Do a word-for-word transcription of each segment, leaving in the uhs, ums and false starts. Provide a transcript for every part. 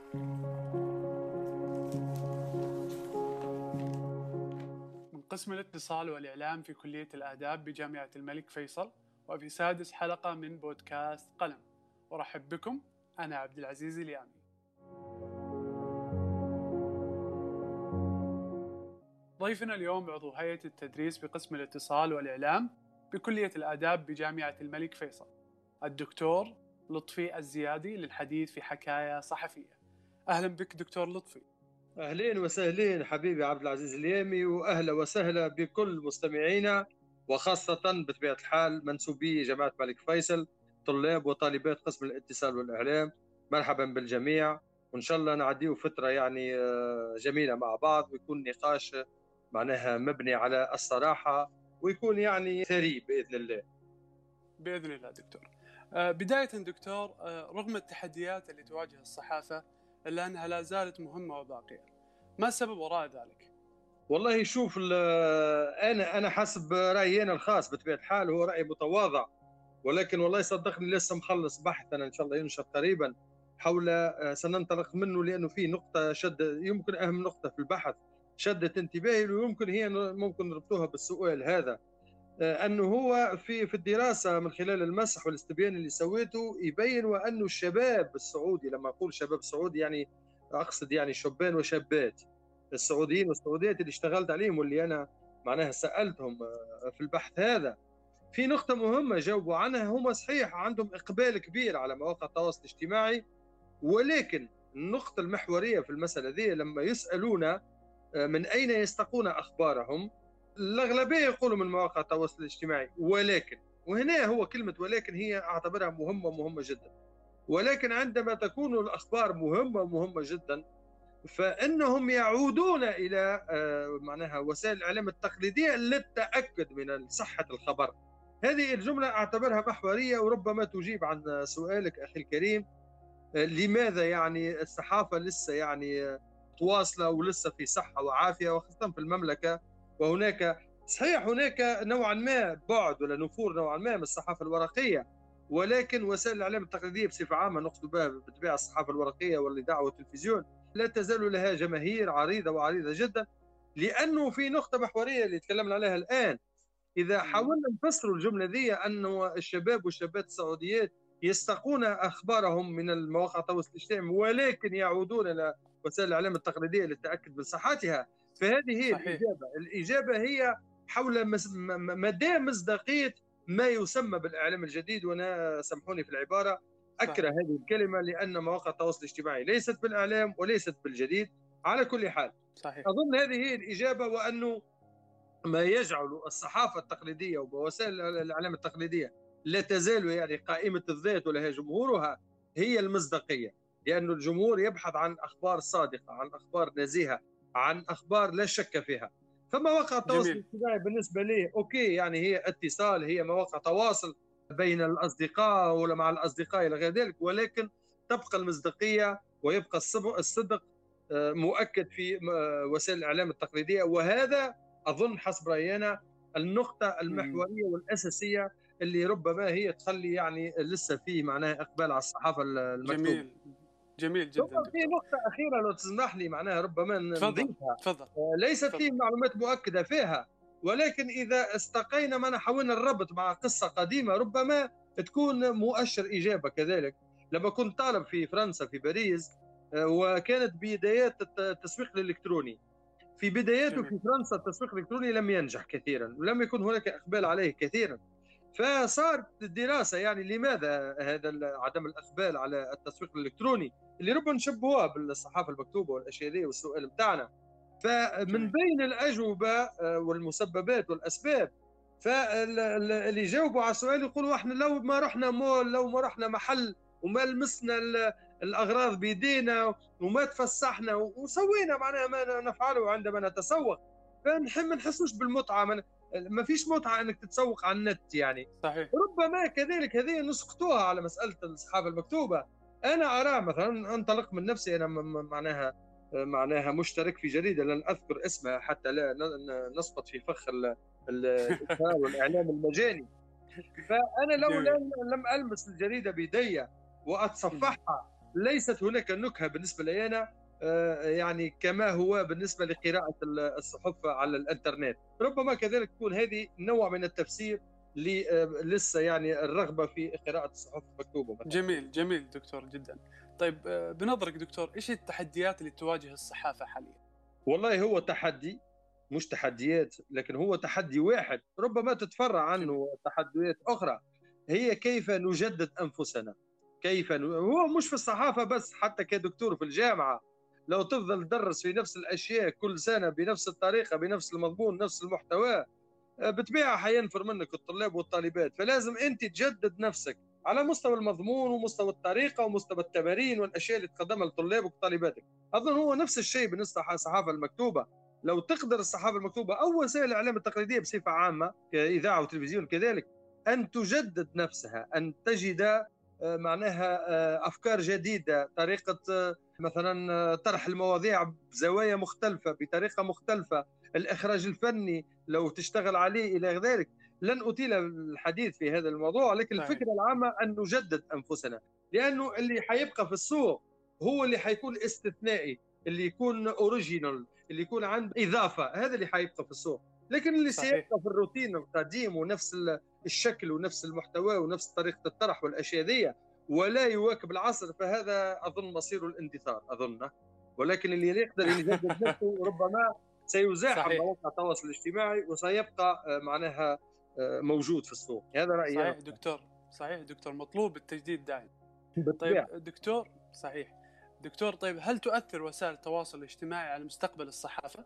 من قسم الاتصال والإعلام في كلية الآداب بجامعة الملك فيصل، وفي سادس حلقة من بودكاست قلم. أرحب بكم، أنا عبد العزيز اليامي. ضيفنا اليوم عضو هيئة التدريس بقسم الاتصال والإعلام بكلية الآداب بجامعة الملك فيصل، الدكتور لطفي الزيادي، للحديث في حكاية صحفية. أهلا بك دكتور لطفي. أهلين وسهلين حبيبي عبد العزيز اليامي، وأهلا وسهلا بكل مستمعينا، وخاصة بطبيعة الحال منسوبي جامعة الملك فيصل، طلاب وطالبات قسم الاتصال والإعلام. مرحبا بالجميع، وإن شاء الله نعديه فترة يعني جميلة مع بعض، ويكون نقاش معناها مبني على الصراحة، ويكون يعني ثري بإذن الله. بإذن الله دكتور. آه بداية دكتور، آه رغم التحديات اللي تواجه الصحافة إلا أنها لا زالت مهمة وباقية. ما السبب وراء ذلك؟ والله شوف، أنا أنا حسب رأيي أنا الخاص بطبيعة الحال، هو رأي متواضع، ولكن والله صدقني لسه مخلص بحث أنا إن شاء الله ينشر قريبا حول سننطلق منه، لأنه في نقطة شد، يمكن أهم نقطة في البحث شدت انتباهي، ويمكن هي ممكن نربطوها بالسؤال هذا. أنه هو في في الدراسة من خلال المسح والاستبيان اللي سويته يبين، وأنه الشباب السعودي، لما أقول شباب سعودي يعني أقصد يعني شبان وشابات السعوديين والسعوديات اللي اشتغلت عليهم واللي أنا معناها سألتهم في البحث هذا، في نقطة مهمة جاوبوا عنها. هم صحيح عندهم إقبال كبير على مواقع التواصل الاجتماعي، ولكن النقطة المحورية في المسألة دي لما يسألون من أين يستقون أخبارهم، الأغلبية يقولوا من مواقع التواصل الاجتماعي. ولكن، وهنا هو كلمة ولكن هي أعتبرها مهمة مهمة جدا، ولكن عندما تكون الأخبار مهمة مهمة جدا، فإنهم يعودون إلى معناها وسائل الإعلام التقليدية للتأكد من صحة الخبر. هذه الجملة أعتبرها محورية، وربما تجيب عن سؤالك أخي الكريم، لماذا يعني الصحافة لسه يعني تواصلة ولسه في صحة وعافية، وخاصة في المملكة. وهناك صحيح هناك نوعا ما بعد ولا نفور نوعا ما من الصحافة الورقية، ولكن وسائل الإعلام التقليدية بصفة عامة، نقصد بها بالطبيعة الصحافة الورقية والإذاعة والتلفزيون، لا تزال لها جماهير عريضة وعريضة جدا. لأنه في نقطة محورية اللي تكلمنا عليها الآن، إذا حاولنا نفسر الجملة دي أنه الشباب والشابات السعوديات يستقون أخبارهم من المواقع التواصل الاجتماعي، ولكن يعودون إلى وسائل الإعلام التقليدية للتأكد من صحتها، فهذه هي صحيح. الإجابة. الإجابة هي حول مدى مصداقية ما يسمى بالإعلام الجديد، وأنا سامحوني في العبارة أكره هذه الكلمة، لأن مواقع التواصل الاجتماعي ليست بالإعلام وليست بالجديد. على كل حال، صحيح. أظن هذه هي الإجابة، وأنه ما يجعل الصحافة التقليدية ووسائل الإعلام التقليدية لا تزال يعني قائمة الذات ولها جمهورها هي المصداقية، لأن الجمهور يبحث عن أخبار صادقة، عن أخبار نزيهة، عن أخبار لا شك فيها. فمواقع التواصل جميل. الاجتماعي بالنسبة لي أوكي، يعني هي اتصال، هي مواقع تواصل بين الأصدقاء ولا مع الأصدقاء إلى غير ذلك، ولكن تبقى المصداقية ويبقى الصدق مؤكد في وسائل الإعلام التقليدية. وهذا أظن حسب رأينا النقطة المحورية والأساسية اللي ربما هي تخلي يعني لسه فيه معناها إقبال على الصحافة المكتوبة. جميل. جميل ثم جدا في دكتور. نقطة أخيرة لو تسمح لي معناها ربما تفضل نضيفها، تفضل ليست لي تفضل. معلومات مؤكدة فيها، ولكن إذا استقينا معنا حاولنا الربط مع قصة قديمة ربما تكون مؤشر إجابة كذلك. لما كنت طالب في فرنسا في باريس، وكانت بدايات التسويق الإلكتروني، في بداياته جميل. في فرنسا التسويق الإلكتروني لم ينجح كثيرا، ولم يكن هناك إقبال عليه كثيرا. فصارت الدراسة يعني لماذا هذا عدم الإقبال على التسويق الإلكتروني، اللي ربما نشبهوها بالصحافة المكتوبة والأشياء دي والسؤال بتاعنا. فمن جميل. بين الأجوبة والمسببات والأسباب، فاللي جاوبوا على السؤال يقولوا احنا لو ما رحنا مول، لو ما رحنا محل، وما لمسنا الأغراض بيدينا، وما تفسحنا وسوينا معناها ما نفعله عندما نتسوق، فنحن ما نحسوش بالمتعة. ما فيش متعة انك تتسوق على النت يعني. صحيح. ربما كذلك هذه نسقطوها على مسألة الصحافة المكتوبة. انا ارى مثلا، انطلق من نفسي انا، معناها معناها مشترك في جريدة لن اذكر اسمها حتى لا نسقط في فخ الإشهار والاعلام المجاني. فانا لو جميل. لم لم المس الجريدة بيدي واتصفحها ليست هناك نكهه بالنسبه لي انا آه، يعني كما هو بالنسبه لقراءه ال- الصحف على الانترنت. ربما كذلك تكون هذه نوع من التفسير ل- آه، لسه يعني الرغبه في قراءه الصحف المكتوبه مثلا. جميل جميل دكتور جدا. طيب آه، بنظرك دكتور ايش التحديات اللي تواجه الصحافة حاليا؟ والله هو تحدي، مش تحديات، لكن هو تحدي واحد ربما تتفرع جميل. عنه تحديات اخرى. هي كيف نجدد انفسنا، كيف ن... هو مش في الصحافه بس، حتى كدكتور في الجامعه لو تفضل تدرس في نفس الاشياء كل سنه بنفس الطريقه بنفس المضمون نفس المحتوى، بطبيعه حينفر منك الطلاب والطالبات. فلازم انت تجدد نفسك على مستوى المضمون ومستوى الطريقه ومستوى التمارين والاشياء اللي تقدمها لطلابك وطالباتك. اظن هو نفس الشيء بالنسبه للصحافه المكتوبه. لو تقدر الصحافه المكتوبه او وسائل الاعلام التقليديه بصفه عامه كاذاعه وتلفزيون كذلك ان تجدد نفسها، ان تجد آه، معناها آه، افكار جديده، طريقه آه، مثلا آه، طرح المواضيع بزوايا مختلفه بطريقه مختلفه، الاخراج الفني لو تشتغل عليه الى ذلك. لن اطيل الحديث في هذا الموضوع، لكن صحيح. الفكره العامه ان نجدد انفسنا، لانه اللي حيبقى في السوق هو اللي حيكون استثنائي، اللي يكون اوريجينال، اللي يكون عنده اضافه، هذا اللي حيبقى في السوق. لكن اللي صحيح. سيبقى في الروتين القديم ونفس الشكل ونفس المحتوى ونفس طريقه الطرح والاشياء ذي ولا يواكب العصر، فهذا اظن مصير الاندثار اظن. ولكن اللي يقدر يجدد نفسه ربما سيزاحم صحيح. مواقع التواصل الاجتماعي وسيبقى آه، معناها آه، موجود في السوق. هذا رأيي أنا. صحيح دكتور. صحيح دكتور، مطلوب التجديد دائم. طيب بالطبيعة. دكتور، صحيح دكتور، طيب هل تؤثر وسائل التواصل الاجتماعي على مستقبل الصحافة؟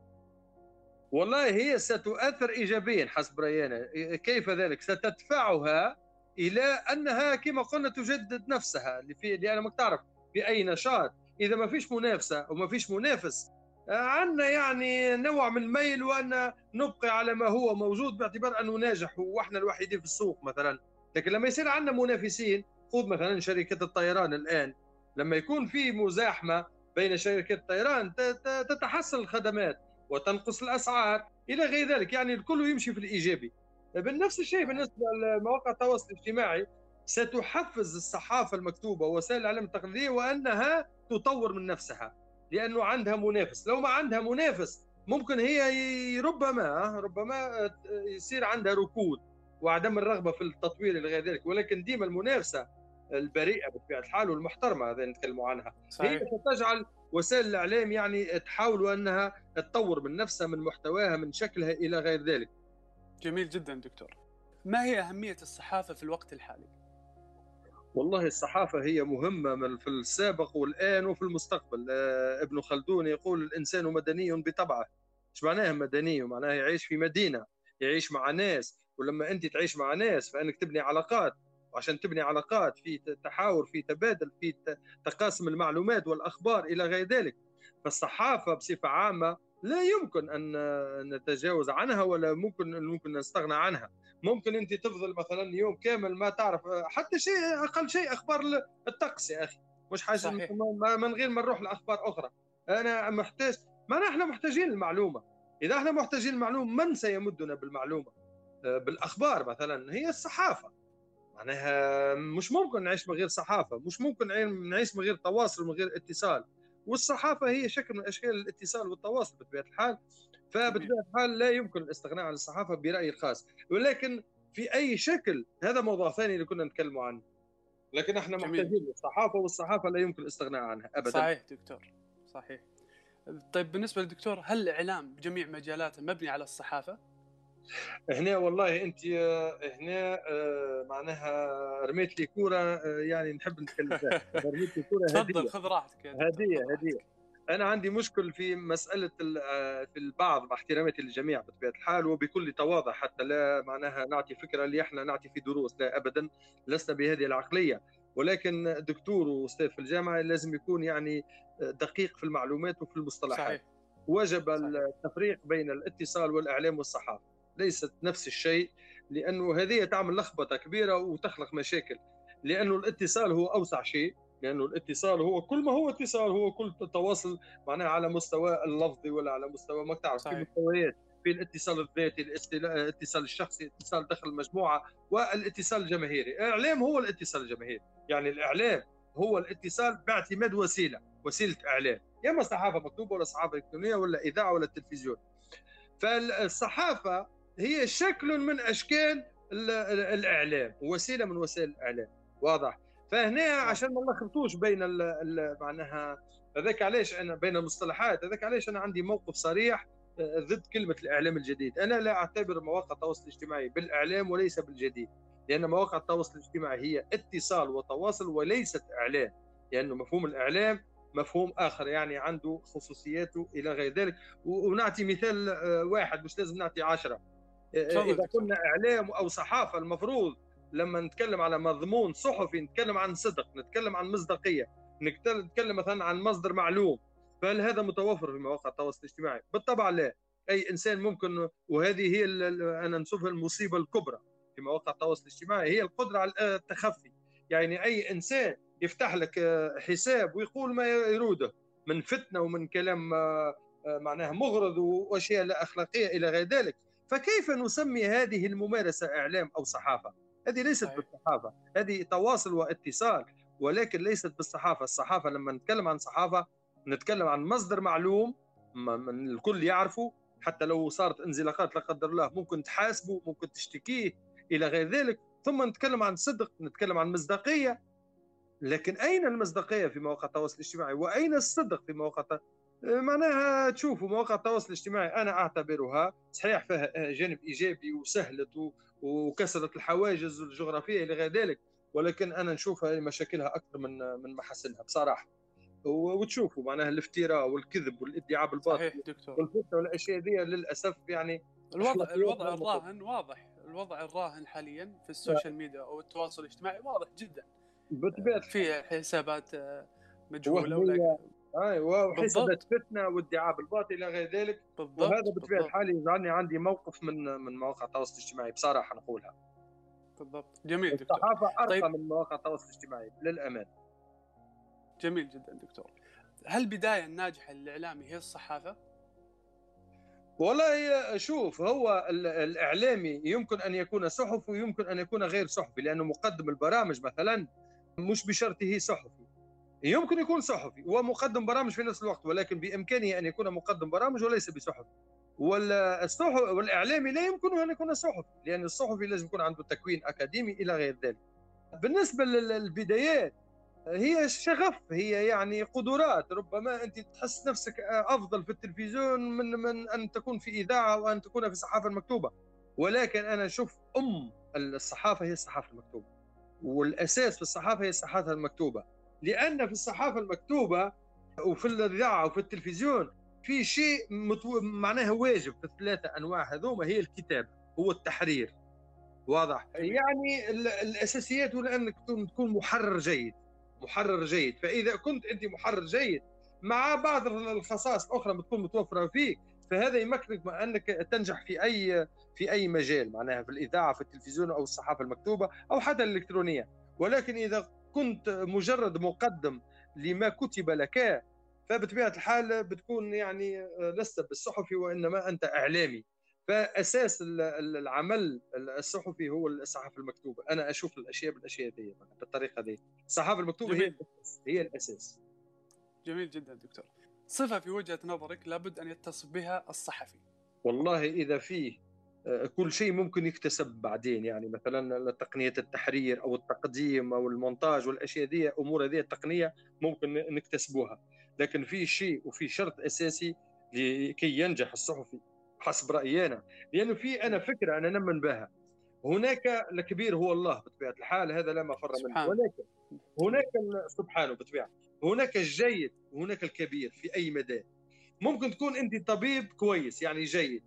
والله هي ستؤثر إيجابيا حسب رأيي أنا. كيف ذلك؟ ستدفعها إلى أنها كما قلنا تجدد نفسها، اللي في اللي أنا ما تعرف في أي نشاط إذا ما فيش منافسة وما فيش منافس آه، عندنا يعني نوع من الميل وأن نبقي على ما هو موجود باعتبار أنه ناجح وإحنا الوحيدين في السوق مثلا. لكن لما يصير عندنا منافسين، خذ مثلا شركة الطيران الآن، لما يكون في مزاحمة بين شركات الطيران تتحسن الخدمات وتنقص الاسعار الى غير ذلك، يعني الكل يمشي في الايجابي. بنفس الشيء صحيح. بالنسبه لمواقع التواصل الاجتماعي، ستحفز الصحافه المكتوبه ووسائل الاعلام التقليديه وانها تطور من نفسها لانه عندها منافس. لو ما عندها منافس ممكن هي ربما ربما يصير عندها ركود وعدم الرغبه في التطوير الى غير ذلك. ولكن ديما المنافسه البريئه بطبيعه الحال والمحترمه هذا نتكلم عنها هي صحيح. ستجعل وسائل الاعلام يعني تحاول انها تطور من نفسها من محتواها من شكلها الى غير ذلك. جميل جدا دكتور. ما هي أهمية الصحافة في الوقت الحالي؟ والله الصحافه هي مهمه من في السابق والان وفي المستقبل. آه، ابن خلدون يقول الانسان مدني بطبعه. ايش معناها مدني؟ معناها يعيش في مدينه، يعيش مع ناس، ولما انت تعيش مع ناس فانك تبني علاقات، وعشان تبني علاقات في تحاور في تبادل في تقاسم المعلومات والاخبار الى غير ذلك. فالصحافه بصفه عامه لا يمكن ان نتجاوز عنها ولا ممكن ممكن نستغنى عنها. ممكن انت تفضل مثلا يوم كامل ما تعرف حتى شيء، اقل شيء اخبار الطقس يا اخي، مش حاجه صحيح. من غير ما نروح لاخبار اخرى. انا محتاج، ما احنا محتاجين المعلومه. اذا احنا محتاجين المعلومه من سيمدنا بالمعلومه؟ بالاخبار مثلا هي الصحافه. معناها مش ممكن نعيش من غير صحافه، مش ممكن نعيش من غير تواصل من غير اتصال. والصحافه هي شكل من اشكال الاتصال والتواصل بطبيعه الحال. جميل. فبطبيعه الحال لا يمكن الاستغناء عن الصحافه برايي الخاص. ولكن في اي شكل هذا موضوع ثاني اللي كنا نتكلم عنه. لكن احنا جميل. محتاجين للصحافه والصحافه لا يمكن الاستغناء عنها ابدا. صحيح دكتور. صحيح. طيب بالنسبة للدكتور، هل الإعلام بجميع مجالاته مبني على الصحافة؟ هنا والله انت آه، هنا آه، معناها رميت لي كوره، آه، يعني نحب نتكلم فيها. رميت لي كوره تفضل هديه. خذ راحتك يا دكتور، هديه خذ هديه. راحتك. انا عندي مشكل في مساله آه، في البعض، مع احتراماتي للجميع بطبيعه الحال وبكل تواضع، حتى لا معناها نعطي فكره اللي احنا نعطي في دروس، لا ابدا، لسنا بهذه العقليه. ولكن دكتور واستاذ في الجامعه لازم يكون يعني دقيق في المعلومات وفي المصطلحات. صحيح. وجب صحيح. التفريق بين الاتصال والاعلام والصحافه، ليست نفس الشيء، لانه هذه تعمل لخبطه كبيره وتخلق مشاكل. لانه الاتصال هو اوسع شيء، لانه الاتصال هو كل ما هو اتصال هو كل التواصل معناها على مستوى اللفظي ولا على مستوى ما تعرف في صحيح. مستويات، في الاتصال الذاتي، الاتصال الشخصي، الاتصال داخل المجموعه، والاتصال الجماهيري. الاعلام هو الاتصال الجماهيري، يعني الاعلام هو الاتصال باعتماد وسيله وسيله اعلام، يا اما صحافه مكتوبه ولا صحافه الكترونيه ولا اذاعه ولا تلفزيون. فالصحافه هي شكل من اشكال الاعلام ووسيله من وسائل الاعلام، واضح. فهنا عشان ما نلخبطوش بين ال ال معناها هذاك علاش انا بين المصطلحات، هذاك علاش انا عندي موقف صريح ضد كلمه الاعلام الجديد. انا لا اعتبر مواقع التواصل الاجتماعي بالاعلام وليس بالجديد، لان مواقع التواصل الاجتماعي هي اتصال وتواصل وليست اعلام، لانه مفهوم الاعلام مفهوم اخر، يعني عنده خصوصياته الى غير ذلك. ونعطي مثال واحد، مش لازم نعطي عشرة. اذا قلنا اعلام او صحافه، المفروض لما نتكلم على مضمون صحفي نتكلم عن صدق، نتكلم عن مصداقيه، نتكلم مثلا عن مصدر معلوم. فهل هذا متوفر في مواقع التواصل الاجتماعي؟ بالطبع لا. اي انسان ممكن، وهذه هي انا نشوفها المصيبه الكبرى في مواقع التواصل الاجتماعي، هي القدره على التخفي. يعني اي انسان يفتح لك حساب ويقول ما يروده من فتنه ومن كلام معناها مغرض واشياء لا اخلاقيه الى غير ذلك. فكيف نسمي هذه الممارسه اعلام او صحافه؟ هذه ليست صحيح. بالصحافه، هذه تواصل واتصال، ولكن ليست بالصحافه. الصحافه لما نتكلم عن صحافه نتكلم عن مصدر معلوم من الكل يعرفه، حتى لو صارت انزلاقات لا قدر الله ممكن تحاسبه، ممكن تشتكيه الى غير ذلك. ثم نتكلم عن صدق، نتكلم عن مصداقيه. لكن اين المصداقيه في مواقع التواصل الاجتماعي؟ واين الصدق في مواقع التواصل؟ معناها تشوفوا مواقع التواصل الاجتماعي انا اعتبرها صحيح فيها جانب ايجابي وسهلت وكسرت الحواجز الجغرافيه الى غير ذلك، ولكن انا نشوفها مشاكلها اكثر من من محاسنها بصراحه. وتشوفوا معناها الافتراء والكذب والادعاء بالباطل صحيح دكتور، والفتنه والاشياء دي للاسف يعني الوضع الوضع الراهن واضح، الوضع الراهن حاليا في السوشيال ميديا او التواصل الاجتماعي واضح جدا. بطبيعه في حسابات مجهوله ولكن ايوه وحسابات فتنه وادعاء بالباطل الى غير ذلك. وهذا بطبيعه الحال يجعلني عندي موقف من من مواقع التواصل الاجتماعي بصراحه نقولها. بالضبط. جميل دكتور. الصحافه ارقى طيب. من مواقع التواصل الاجتماعي للامان. جميل جدا دكتور. هل بدايه ناجحه للاعلامي هي الصحافه؟ والله شوف، هو الاعلامي يمكن ان يكون صحفي ويمكن ان يكون غير صحفي، لانه مقدم البرامج مثلا مش بشرطه صحفي، يمكن يكون صحفي ومقدم برامج في نفس الوقت، ولكن بامكانه ان يكون مقدم برامج وليس بصحفي. والصحفي والاعلامي لا يمكنه ان يكون صحفي، لان الصحفي لازم يكون عنده تكوين اكاديمي الى غير ذلك. بالنسبه للبدايات هي شغف، هي يعني قدرات. ربما انت تحس نفسك افضل في التلفزيون من من ان تكون في اذاعه وان تكون في الصحافه المكتوبه، ولكن انا اشوف ام الصحافه هي الصحافه المكتوبه، والاساس في الصحافه هي الصحافه المكتوبه. لان في الصحافه المكتوبه وفي الاذاعه وفي التلفزيون في شيء متو... معناها واجب في الثلاثه انواع هذوما، هي الكتابه، هو التحرير، واضح. يعني الاساسيات هو انك تكون محرر جيد، محرر جيد. فاذا كنت انت محرر جيد مع بعض الخصائص الاخرى بتكون متوفره فيك، فهذا يمكنك انك تنجح في اي في اي مجال، معناها في الاذاعه، في التلفزيون او الصحافه المكتوبه او حتى الالكترونيه. ولكن اذا كنت مجرد مقدم لما كتب لك فبطبيعه الحال بتكون يعني لست بالصحفي وانما انت اعلامي. فاساس العمل الصحفي هو الصحافه المكتوبه. انا اشوف الاشياء بالاشياء دي بالطريقه دي. الصحافه المكتوبه جميل. هي الاساس، هي الاساس. جميل جدا دقدر. صفه في وجهه نظرك لابد ان يتصف بها الصحفي؟ والله اذا فيه كل شيء ممكن يكتسب بعدين، يعني مثلا تقنيه التحرير او التقديم او المونتاج والاشياء دي، امور هذه التقنيه ممكن نكتسبوها، لكن في شيء وفي شرط اساسي لكي ينجح الصحفي حسب رايي انا، لانه في انا فكره انا نؤمن بها. هناك الكبير هو الله بطبيعه الحال، هذا لا مفر منه، ولكن هناك سبحانه بطبيعه هناك الجيد وهناك الكبير في اي مجال. ممكن تكون انت طبيب كويس يعني جيد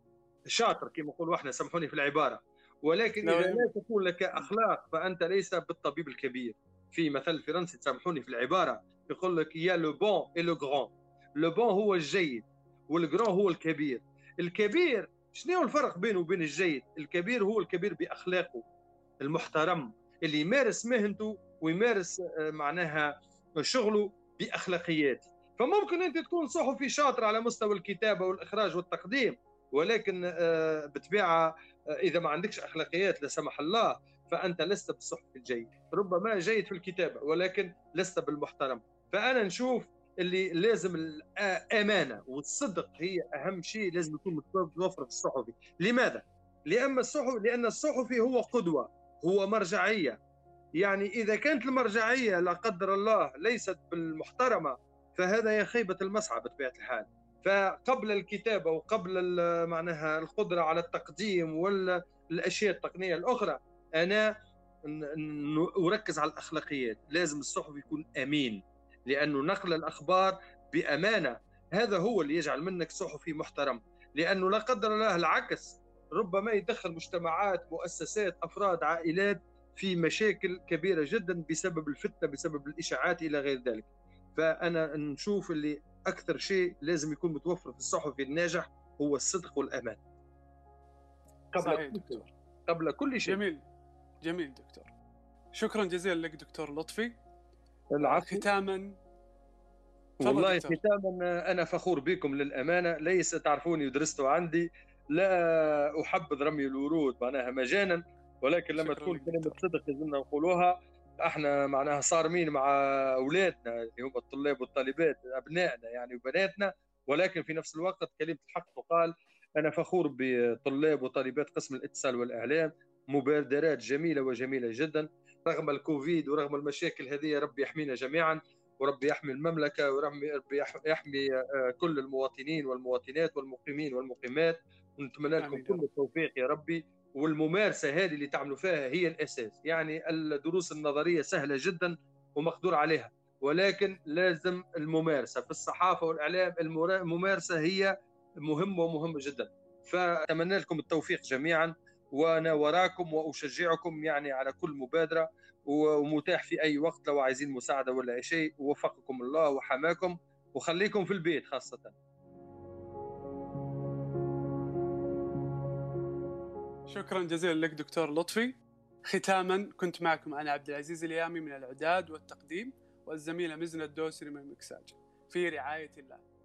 شاطر كما نقولوا احنا، سامحوني في العباره، ولكن اذا لا تكون لك اخلاق فانت ليس بالطبيب الكبير. في مثل فرنسي سامحوني في العباره يقول لك يا لو بون اي لو غران. لو بون هو الجيد والغران هو الكبير. الكبير شنو هو الفرق بينه وبين الجيد؟ الكبير هو الكبير باخلاقه المحترم، اللي يمارس مهنته ويمارس معناها شغله باخلاقيات. فممكن انت تكون صحفي شاطر على مستوى الكتابه والاخراج والتقديم، ولكن بطبيعه اذا ما عندكش اخلاقيات لا سمح الله فأنت لست بالصحفي الجيد. ربما جيد في الكتابة ولكن لست بالمحترم. فأنا نشوف اللي لازم الأمانة والصدق هي أهم شيء لازم يكون متوفر في الصحفي. لماذا؟ لأن الصحفي لأن الصحفي هو قدوة، هو مرجعية. يعني إذا كانت المرجعية لا قدر الله ليست بالمحترمة فهذا هي خيبة المسعى بطبيعة الحال. فقبل الكتابة وقبل معناها القدرة على التقديم والأشياء التقنية الأخرى، أنا أركز على الأخلاقيات. لازم الصحفي يكون أمين، لأنه نقل الأخبار بأمانة هذا هو اللي يجعل منك صحفي محترم. لأنه لا قدر الله العكس ربما يدخل مجتمعات، مؤسسات، أفراد، عائلات في مشاكل كبيرة جدا بسبب الفتنة، بسبب الإشاعات إلى غير ذلك. فأنا نشوف اللي أكثر شيء لازم يكون متوفر في الصحفي الناجح هو الصدق والأمان قبل صحيح كل دكتور. شيء. قبل كل شيء. جميل جميل دكتور، شكرا جزيلا لك دكتور لطفي. العفو. ختاما والله ختاما أنا فخور بكم للأمانة. ليس تعرفوني ودرستوا عندي، لا أحبذ رمي الورود معناها مجانا، ولكن لما تكون كلمة صدق لازمنا نقولوها. احنا معناها صارمين مع أولادنا اللي هم الطلاب والطالبات، أبنائنا يعني وبناتنا، ولكن في نفس الوقت كلمة الحق تقال. أنا فخور بطلاب وطالبات قسم الاتصال والإعلام، مبادرات جميلة وجميلة جدا رغم الكوفيد ورغم المشاكل هذه. ربي يحمينا جميعا وربي يحمي المملكة وربي يحمي كل المواطنين والمواطنات والمقيمين والمقيمات. ونتمنى لكم كل التوفيق يا ربي. والممارسة هذه اللي تعملوا فيها هي الأساس. يعني الدروس النظرية سهلة جدا ومقدور عليها، ولكن لازم الممارسة في الصحافة والإعلام. الممارسة هي مهمة ومهمة جدا. فأتمنى لكم التوفيق جميعا، وأنا وراكم وأشجعكم يعني على كل مبادرة، ومتاح في أي وقت لو عايزين مساعدة ولا أي شيء. ووفقكم الله وحماكم وخليكم في البيت خاصة. شكرا جزيلا لك دكتور لطفي. ختاما كنت معكم أنا عبد العزيز اليامي من الإعداد والتقديم، والزميلة مزنة الدوسري من المكساج، في رعاية الله.